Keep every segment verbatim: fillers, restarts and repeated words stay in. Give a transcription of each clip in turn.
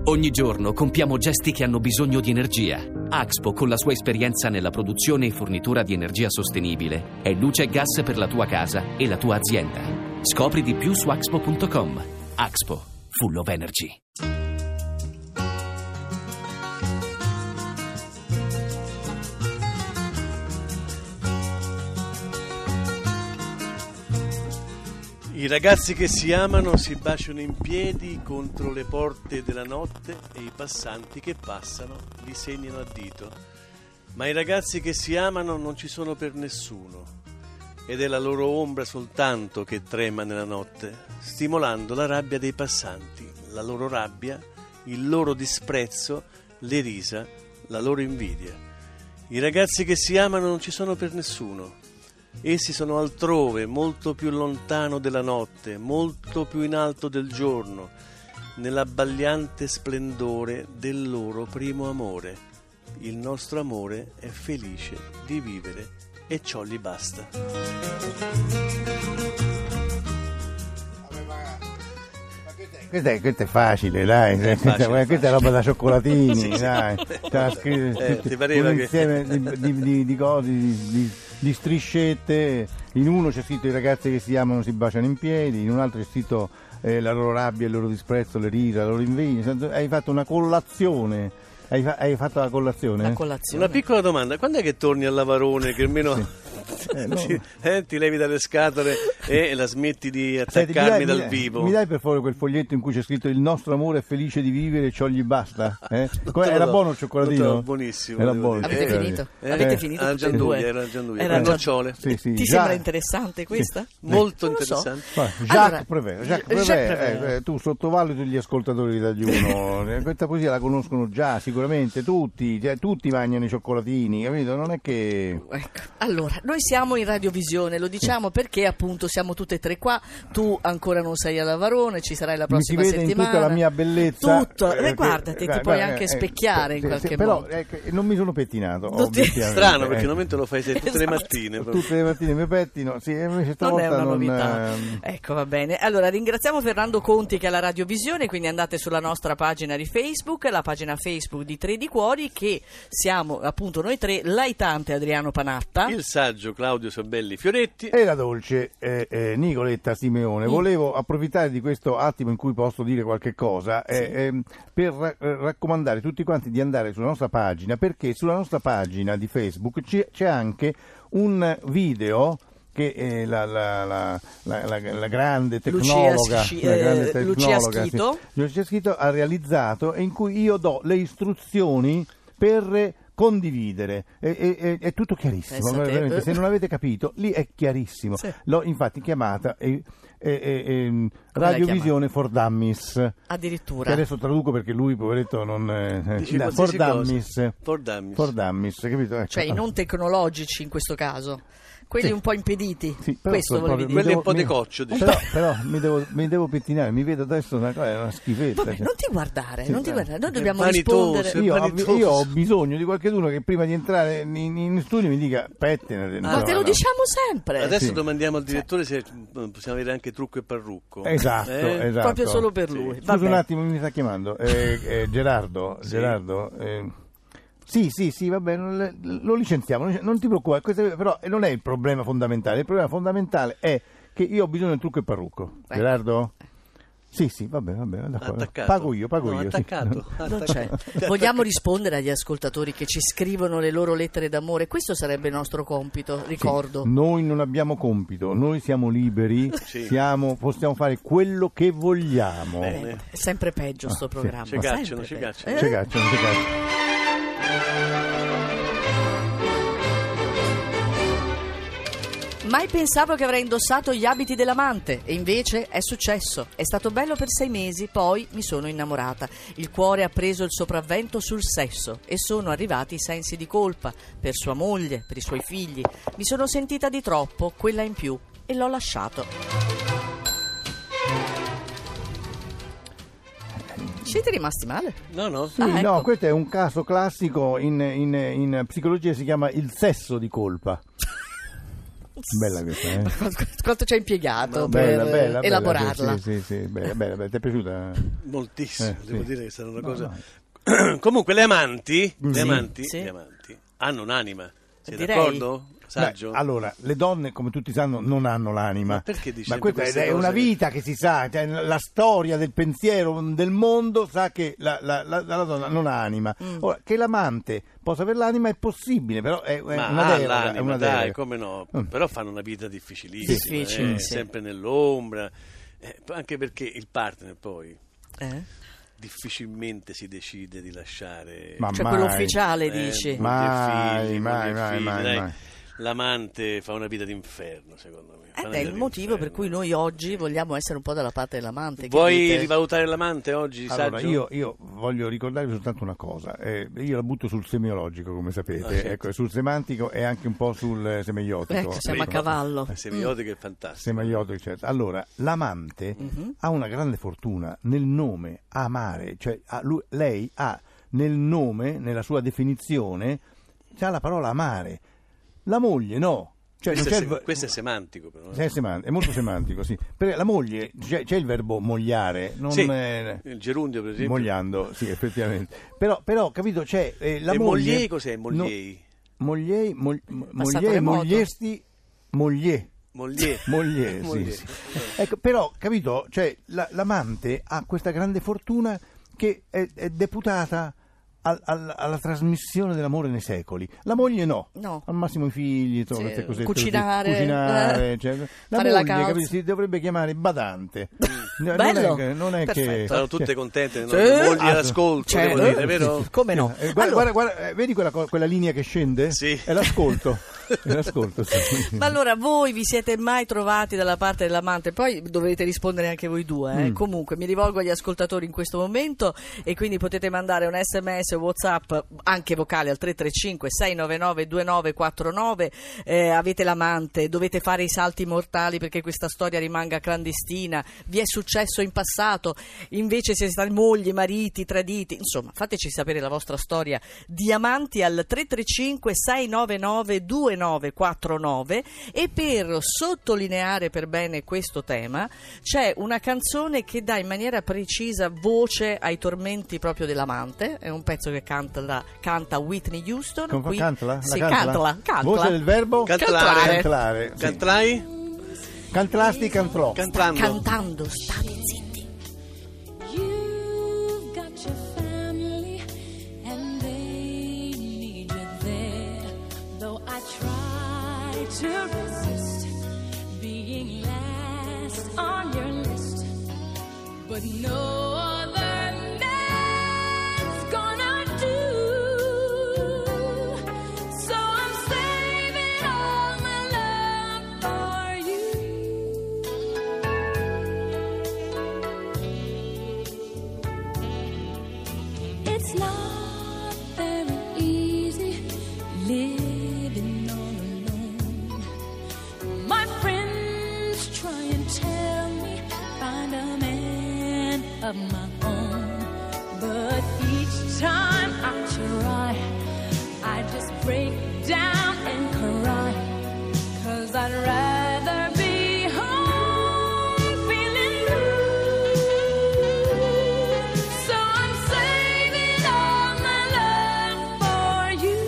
Ogni giorno compiamo gesti che hanno bisogno di energia. Axpo, con la sua esperienza nella produzione e fornitura di energia sostenibile, è luce e gas per la tua casa e la tua azienda. Scopri di più su axpo punto com. Axpo, full of energy. I ragazzi che si amano si baciano in piedi contro le porte della notte e i passanti che passano li segnano a dito. Ma i ragazzi che si amano non ci sono per nessuno ed è la loro ombra soltanto che trema nella notte, stimolando la rabbia dei passanti, la loro rabbia, il loro disprezzo, le risa, la loro invidia. I ragazzi che si amano non ci sono per nessuno. Essi sono altrove, molto più lontano della notte, molto più in alto del giorno, nell'abbagliante splendore del loro primo amore. Il nostro amore è felice di vivere e ciò gli basta. Questa è, questa è facile, dai, è facile, questa, è questa è roba da cioccolatini, Sì, sì. dai. C'ha scritto, Eh, ti pareva un che- insieme di, di, di, di cose, di, di, di striscette. In uno c'è scritto i ragazzi che si amano si baciano in piedi, in un altro c'è scritto eh, la loro rabbia, il loro disprezzo, le risa, la loro invidia. Hai fatto una collazione, hai, fa- hai fatto la collazione? La colazione. Una piccola domanda, quando è che torni al Lavarone che almeno Eh, no. ti, eh, ti levi dalle scatole e la smetti di Senti, mi attaccarmi dai- dal mi dai- vivo? Mi dai per favore quel foglietto in cui c'è scritto il nostro amore è felice di vivere, ciò gli basta? Eh? Non Come- te lo era do. buono il cioccolatino? Non te lo- buonissimo, Era devo buono. dire. Avete Eh, finito? eh, Avete eh, finito ah, tutti e Gianduia, due? era Gianduia, Era era Gian- nocciole. Sì, sì, Ti già- sembra interessante questa? Molto Non lo so. interessante. Guarda, Jacques Allora, Prévert, Jacques Jacques Prévert, Prévert. eh, eh, tu sottovaluti gli ascoltatori di Tagliuno. Eh, questa poesia la conoscono già sicuramente tutti, cioè, tutti mangiano i cioccolatini, capito? Non è che Ecco. Allora, noi siamo in radiovisione, lo diciamo perché appunto siamo tutte e tre qua, tu ancora non sei a Lavarone, ci sarai la mi si prossima vede settimana. in tutta la mia bellezza. Tutto, eh, che- guardati, ti guarda, puoi guarda, anche eh, specchiare sì, in sì, qualche sì, però modo. eh, che non mi sono pettinato. Non ti- obiettivamente, Strano eh. perché normalmente lo fai tutte le Esatto. mattine. proprio. Tutte le mattine mi pettino, sì, invece Non stavolta è una non, novità. ehm, Ecco, va bene. Allora, ringraziamo Fernando Conti che è alla Radiovisione, quindi andate sulla nostra pagina di Facebook, la pagina Facebook di Tre di Cuori, che siamo appunto noi tre, Laitante Adriano Panatta. Il saggio Claudio Sabelli Fioretti. E la dolce eh, eh, Nicoletta Simeone. Mm. Volevo approfittare di questo attimo in cui posso dire qualche cosa eh, ehm, per ra- eh, raccomandare tutti quanti di andare sulla nostra pagina, perché sulla nostra pagina di Facebook c'è, c'è anche un video che eh, la, la, la, la, la, la grande tecnologa, Sci- la grande eh, Lucia tecnologa, Schito. sì, Lucia Schito ha realizzato, e in cui io do le istruzioni per condividere, è, è- è- è tutto chiarissimo, Pensate, veramente. eh. Se non l'avete capito lì è chiarissimo. Sì. L'ho infatti chiamata eh, eh, eh, ehm, Come l'hai Radiovisione for Dummies, che Addirittura. adesso traduco perché lui poveretto non eh, Dici no, qualsiasi for cosa. Dummies, For Dummies. for Dummies, capito? Ecco. Cioè i non tecnologici in questo caso, quelli Sì. un po' impediti. Sì, però Questo sono volevi proprio- dire. Quelli un po' mi- di coccio, diciamo. però, però mi, devo, mi devo pettinare, mi vedo adesso una cosa, è una schifezza, Vabbè, cioè. non ti guardare, Sì, non ti eh. guardare, noi È dobbiamo vanitoso, rispondere. è Io, ho- vanitoso. io ho bisogno di qualcuno che prima di entrare in, in studio mi dica pettinati. Ma no, te lo no. diciamo sempre. Adesso Sì. domandiamo al direttore se possiamo avere anche trucco e parrucco. Esatto, Eh? esatto. Proprio solo per lui. Scusa Vabbè. un attimo, mi sta chiamando. Eh, eh, Gerardo, Sì. Gerardo. eh, sì, sì, sì, va bene, lo- lo licenziamo, non- non ti preoccupare, questo è- però non è il problema fondamentale. Il problema fondamentale è che io ho bisogno del trucco e parrucco. Ecco. Gerardo? Sì, sì, va bene, va bene, d'accordo. Attaccato. Pago io, pago No, io. sì. attaccato. Non c'è. Vogliamo rispondere agli ascoltatori che ci scrivono le loro lettere d'amore? Questo sarebbe il nostro compito, ricordo. Noi non abbiamo compito, noi siamo liberi, Sì. siamo- possiamo fare quello che vogliamo. Bene. È sempre peggio sto Ah, sì. programma. Ci cacciano, sempre ci peggio. cacciano. Eh? Ci cacciano, ci cacciano. Mai pensavo che avrei indossato gli abiti dell'amante e invece è successo. È stato bello per sei mesi, poi mi sono innamorata. Il cuore ha preso il sopravvento sul sesso e sono arrivati i sensi di colpa per sua moglie, per i suoi figli. Mi sono sentita di troppo, quella in più, e l'ho lasciato. Siete rimasti male? No, no. Sì, Ah, ecco. no, questo è un caso classico, in, in- in psicologia si chiama il sesso di colpa. Bella questa, eh? Quanto, quanto ci hai impiegato No, per bella, bella, elaborarla? Bella, sì, sì, sì, bella, bella, bella. Ti è piaciuta? Moltissimo, Eh, devo sì. dire che sarà una No, cosa... no. Comunque le amanti, Mm. le, Sì, amanti sì. le amanti hanno un'anima. Sei Direi. d'accordo? Saggio? Beh, allora, le donne, come tutti sanno, non hanno l'anima. Ma perché dici Ma sempre questa queste è una cose? vita che si sa, cioè, la storia del pensiero del mondo sa che la, la- la- la donna non ha anima. Mm. Ora, che l'amante possa avere l'anima è possibile, però è, è Ma una ha deroga. È l'anima, una dai, deroga. come no? Mm. Però fanno una vita difficilissima, Difficile, eh, sì. sempre nell'ombra, eh, anche perché il partner poi Eh? difficilmente si decide di lasciare Ma Cioè mai. quello ufficiale, eh, dici? moglie Mai, e figli, mai, moglie e mai, figli, mai, dai. mai. L'amante fa una vita d'inferno, secondo me. Fa Ed una è vita il motivo per d'inferno. cui noi oggi vogliamo essere un po' dalla parte dell'amante. che Vuoi dite? rivalutare l'amante oggi, Allora, Saggio? io, io voglio ricordare soltanto una cosa, eh, io la butto sul semiologico, come sapete, Ah, certo. ecco, sul semantico e anche un po' sul eh, semiotico. Ecco, siamo a Sì. cavallo. La semiotica è fantastica. Semiotico, certo. Allora, l'amante Mhm. ha una grande fortuna nel nome amare, cioè ha- lui- lei ha nel nome, nella sua definizione, c'ha la parola amare. La moglie no. Cioè, questo, non è, c'è il se- v- questo è semantico, però. È, seman- è molto semantico, sì. Perché la moglie, c'è, c'è il verbo mogliare, non Sì, è- il gerundio, per esempio. mogliando, sì, effettivamente. Però, però capito, c'è eh, la e moglie. mogliei cos'è? no- Mogliei? mogliei, mol- mo- Passato mogliei, remoto. mogliesti, moglie. Moglie. Moglie, sì, Moglie. sì. Ecco, però, capito, cioè, la- l'amante ha questa grande fortuna che è, è deputata al- al- alla trasmissione dell'amore nei secoli. La moglie no, No. al massimo i figli, insomma, Sì, queste cosette cucinare, così, cucinare, eh, eccetera. La fare la moglie, calza. capito, si dovrebbe chiamare badante. Non Bello. è che, non è che Perfetto. Saranno tutte cioè, contente, no? Sì. Le mogli Ah, all'ascolto, certo. devo dire, vero? Come no? Eh, guarda, Allora- guarda, guarda, eh, vedi quella, co- quella linea che scende? Sì. È l'ascolto. È l'ascolto, sì. Ma allora voi vi siete mai trovati dalla parte dell'amante? Poi dovete rispondere anche voi due. Eh? Mm. Comunque mi rivolgo agli ascoltatori in questo momento e quindi potete mandare un sms o WhatsApp anche vocale al tre tre cinque sei nove nove due nove quattro nove. Eh, avete l'amante, dovete fare i salti mortali perché questa storia rimanga clandestina. Vi è successo in passato, invece siete stati mogli, mariti, traditi. Insomma, fateci sapere la vostra storia di amanti al tre tre cinque sei nove nove due nove quattro nove. E per sottolineare per bene questo tema c'è una canzone che dà in maniera precisa voce ai tormenti proprio dell'amante. È un pezzo che canta, la, canta Whitney Houston. Come fa- Qui- cantala? La Sì, cantala? cantala, cantala. Voce del verbo? Cantlare. Cantlare, sì. Cantrai? Cantlasti, cantlò. Cantando. Cantando, state zitti. You've got your family and they need you there. Though I try to resist being last on your list, but no other man's gonna do. So I'm saving all my love for you. It's not very easy living all alone. My friends try and tell me find a man of my own, but each time I try, I just break down and cry, 'cause I'd rather be home feeling blue. So I'm saving all my love for you.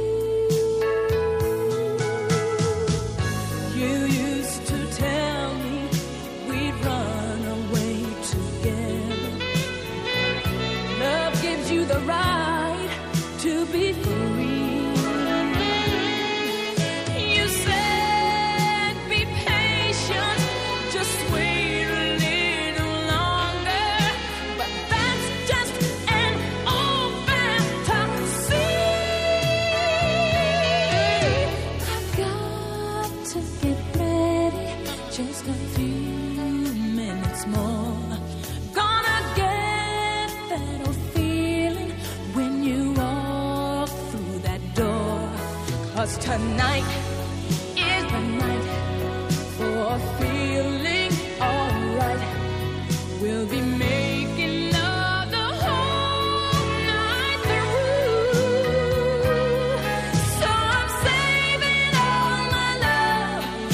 You used to tell me we'd run away together. Love gives you the right to be free. You said be patient, just wait a little longer, but that's just an old fantasy. I've got to get ready, just a few minutes more. Gonna get that old feeling when you walk through that door. 'Cause tonight is the night for feeling alright. We'll be making love the whole night through. So I'm saving all my love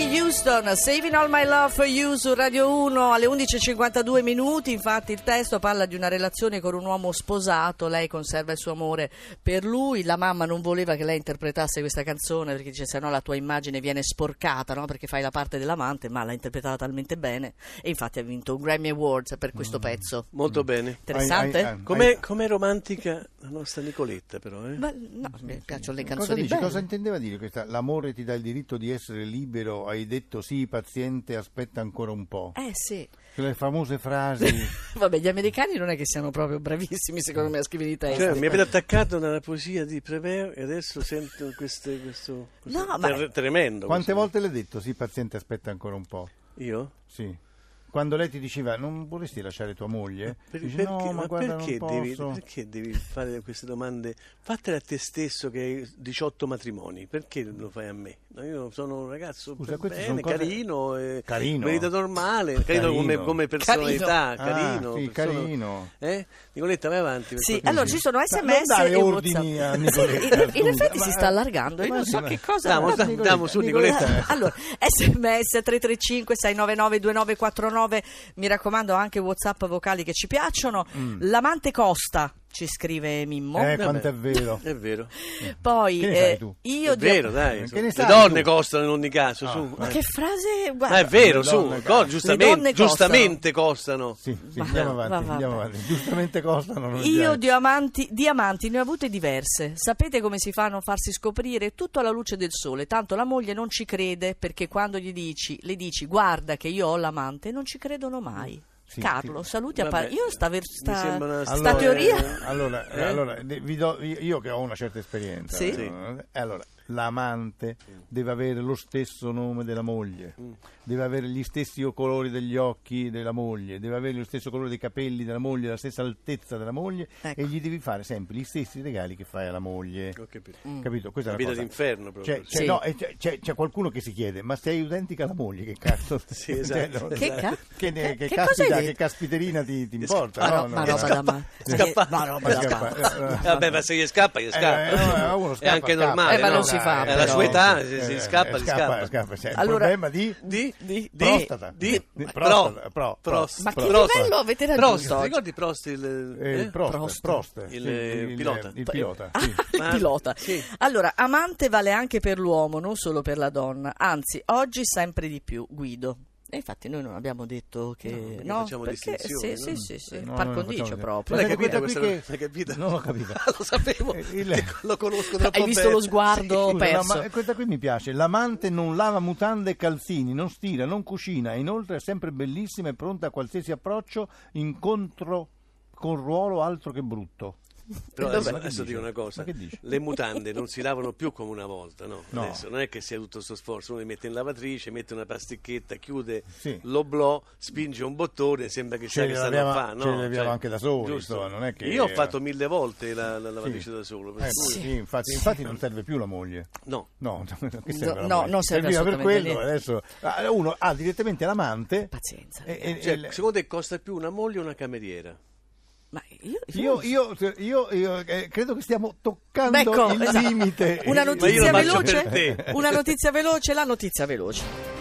Whitney Houston, Saving All My Love for You su Radio uno alle undici e cinquantadue minuti. Infatti il testo parla di una relazione con un uomo sposato, lei conserva il suo amore per lui, la mamma non voleva che lei interpretasse questa canzone perché dice se no la tua immagine viene sporcata, no? Perché fai la parte dell'amante, ma l'ha interpretata talmente bene e infatti ha vinto un Grammy Awards per questo pezzo. Molto bene. Interessante? Ai, ai, ai. Com'è, com'è romantica la nostra Nicoletta però, eh? Ma, no, mi piacciono le Cosa canzoni dici? belle. Cosa intendeva dire questa? L'amore ti dà il diritto di essere libero, hai detto sì, paziente, aspetta ancora un po'. Eh sì. Le famose frasi. Vabbè, gli americani non è che siano proprio bravissimi secondo me a scrivere i testi. Cioè, mi avete attaccato nella poesia di Prévert e adesso sento queste, questo, questo No, ma- ter- tremendo. Quante questo. volte le hai detto sì, paziente, aspetta ancora un po'? Io? Sì. Quando lei ti diceva non vorresti lasciare tua moglie? Per- Dici, perché, no, ma, ma guarda, perché, non devi, posso. perché devi fare queste domande? Fatele a te stesso che hai diciotto matrimoni, perché lo fai a me? No, io sono un ragazzo Scusa, per queste bene, sono cose- carino, e Carino? vita normale, carino, Carino. Come, come personalità, Carino. carino. Ah, sì, persona- carino. Eh? Nicoletta, vai avanti. per Sì, cortesia. allora ci sono Ma S M non S dare e ordini WhatsApp. a Nicoletta, Sì, in, in scusa, effetti si ma- sta allargando, io ma non so sì, che ma- cosa. Andiamo, Nicoletta, andiamo su, Nicoletta. Allora, S M S tre tre cinque sei nove nove due nove quattro nove, mi raccomando anche WhatsApp vocali che ci piacciono. L'amante costa, ci scrive Mimmo. Eh, Vabbè. quanto è vero. È vero. Poi Che ne eh, sai tu? io È di- vero, dai. Che insomma. ne Le sai donne tu? costano in ogni caso, Ah, su. Ma eh. che frase, Ma guarda. è vero, Le su, donne co- costano. giustamente, Le donne costano. giustamente costano. Sì, sì, Ma- andiamo va- avanti, va- andiamo vabbè. avanti. Giustamente costano. non Io piace. di amanti, di amanti ne ho avute diverse. Sapete come si fa a non farsi scoprire? Tutto alla luce del sole. Tanto la moglie non ci crede perché quando gli dici, le dici guarda che io ho l'amante, non ci credono mai. Sì, Carlo, sì. saluti a Vabbè, par- Io sta, ver- mi sta, sembra una sta storia- teoria. Allora, Eh? allora de- vi do- io io che ho una certa esperienza, Sì. no? Eh, allora, l'amante deve avere lo stesso nome della moglie, deve avere gli stessi colori degli occhi della moglie, deve avere lo stesso colore dei capelli della moglie, la stessa altezza della moglie Ecco. e gli devi fare sempre gli stessi regali che fai alla moglie. Ho capito. Capito? Questa La è una vita cosa. d'inferno proprio. C'è, c'è- Sì. no, e c'è, c'è- c'è qualcuno che si chiede: ma sei identica alla moglie? Che cazzo? Sì, esatto. no, Che cioè, ca- che, ne- che- che che cosa caspita- hai che detto? caspiterina ti, ti importa? Ma, no, ro- no, ma no. roba da ma- Scappa- ma roba Ma da scappa- scappa. eh, Vabbè, ma se gli scappa, gli scappa. Eh, no, no, uno è scappa, anche scappa. normale. Eh, ma no? non si fa, È la però. sua età, Eh, se si eh, scappa, eh, gli scappa. scappa. C'è il Allora- problema di Di, Di- di, prostata. di, Di- pro, prostata, pro, Prost, Ma che Prost. livello avete Prost, raggiunto ti oggi? ricordi Prost il, eh, eh? Prost, Prost. Prost, Il, sì, eh, pilota. il pilota, Ah, sì. il Ma- pilota. sì. Allora, amante vale anche per l'uomo, non solo per la donna. Anzi, oggi sempre di più. Guido. E infatti noi non abbiamo detto che... No, perché No, facciamo perché distinzioni, sì, no? sì, sì, sì. No, par noi non condicio facciamo- proprio. Tu l'hai Questa capita questa questa? qui che- L'hai capita? Non l'ho capita. Lo sapevo. Eh, il- Lo conosco troppo Hai visto bene. lo sguardo Scusa, perso? no, ma questa qui mi piace. L'amante non lava mutande e calzini, non stira, non cucina, e inoltre è sempre bellissima e pronta a qualsiasi approccio, incontro con ruolo altro che brutto. Però Dov'è? adesso, Ma che adesso dice? dico una cosa, Ma che dice? le mutande non si lavano più come una volta, no? No. Adesso non è che sia tutto questo sforzo, uno li mette in lavatrice, mette una pasticchetta, chiude Sì. l'oblò, spinge un bottone, sembra che Ce sa le che stanno laviamo- a fare, no? ce le laviamo Cioè, anche da soli, giusto. insomma, non è che- Io ho fatto mille volte la, la lavatrice Sì. da solo, per Eh, cui- sì, infatti, infatti non serve più la moglie. no. No, che serve No, la no, moglie? non serve Serviva per assolutamente quello. Adesso ah, uno ha direttamente l'amante. Pazienza. e- e- Cioè, e- secondo te costa più una moglie o una cameriera? Ma io, Io, io, io, io, eh, credo che stiamo toccando Ecco, il esatto. limite. Una Ma io notizia lo faccio veloce? per te. Una notizia veloce, la notizia veloce.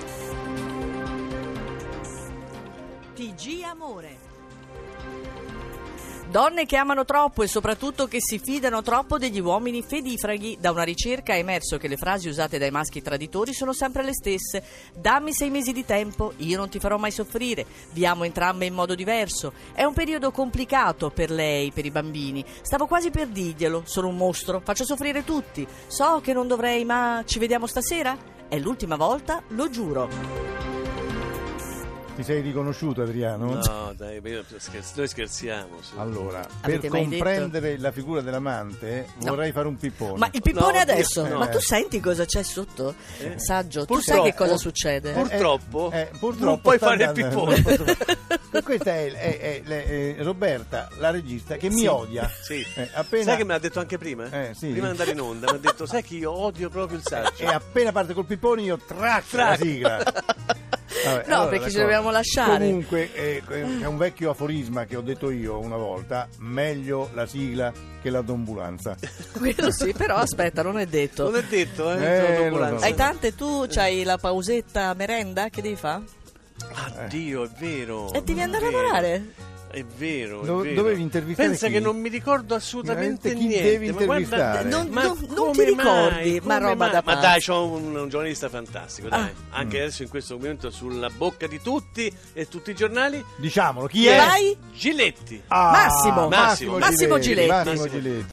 T G Amore. Donne che amano troppo e soprattutto che si fidano troppo degli uomini fedifraghi. Da una ricerca è emerso che le frasi usate dai maschi traditori sono sempre le stesse. Dammi sei mesi di tempo, io non ti farò mai soffrire, vi amo entrambe in modo diverso. È un periodo complicato per lei, per i bambini. Stavo quasi per dirglielo, sono un mostro, faccio soffrire tutti. So che non dovrei, ma ci vediamo stasera? È l'ultima volta, lo giuro. Ti sei riconosciuto, Adriano? No, dai, io scherz- noi scherziamo. Su. Allora, Avete per mai comprendere la figura dell'amante No. vorrei fare un pippone. Ma il pippone No, adesso? no. Ma tu senti cosa c'è sotto? Eh? Saggio, tu Purtroppo- sai che cosa succede? Eh, Purtroppo, eh, purtroppo non puoi sta fare il andando- pippone. Questa è, è- è- è- è Roberta, la regista, che mi odia. Sì. Eh, appena, Sai che me l'ha detto anche prima? Eh, sì. Prima di andare in onda mi ha detto, sai che io odio proprio il saggio. E appena parte col pippone io traccio Trac. la sigla. Vabbè, No, allora, perché ci d'accordo. dobbiamo lasciare. Comunque eh, è un vecchio aforisma che ho detto io una volta: meglio la sigla che la dombulanza. Quello sì, però aspetta, non è detto. Non è detto, eh? Eh, sono lo ambulanza. so. Hai tante, tu c'hai la pausetta merenda, che devi fare? Addio, è vero. E devi è andare a vero. lavorare. È vero, è Dove- vero. dovevi intervistare Pensa chi? che non mi ricordo assolutamente Veramente chi niente. devi ma guarda- intervistare? Non- ma non- non come ti ricordi, mai? ma Come roba mai? da Ma pazzi. dai, c'ho un, un giornalista fantastico, dai. Ah. Anche adesso in questo momento sulla bocca di tutti e tutti i giornali. Diciamolo, chi Chi è? Vai. Giletti. Ah, Massimo. Massimo Massimo Giletti. Massimo Massimo Giletti.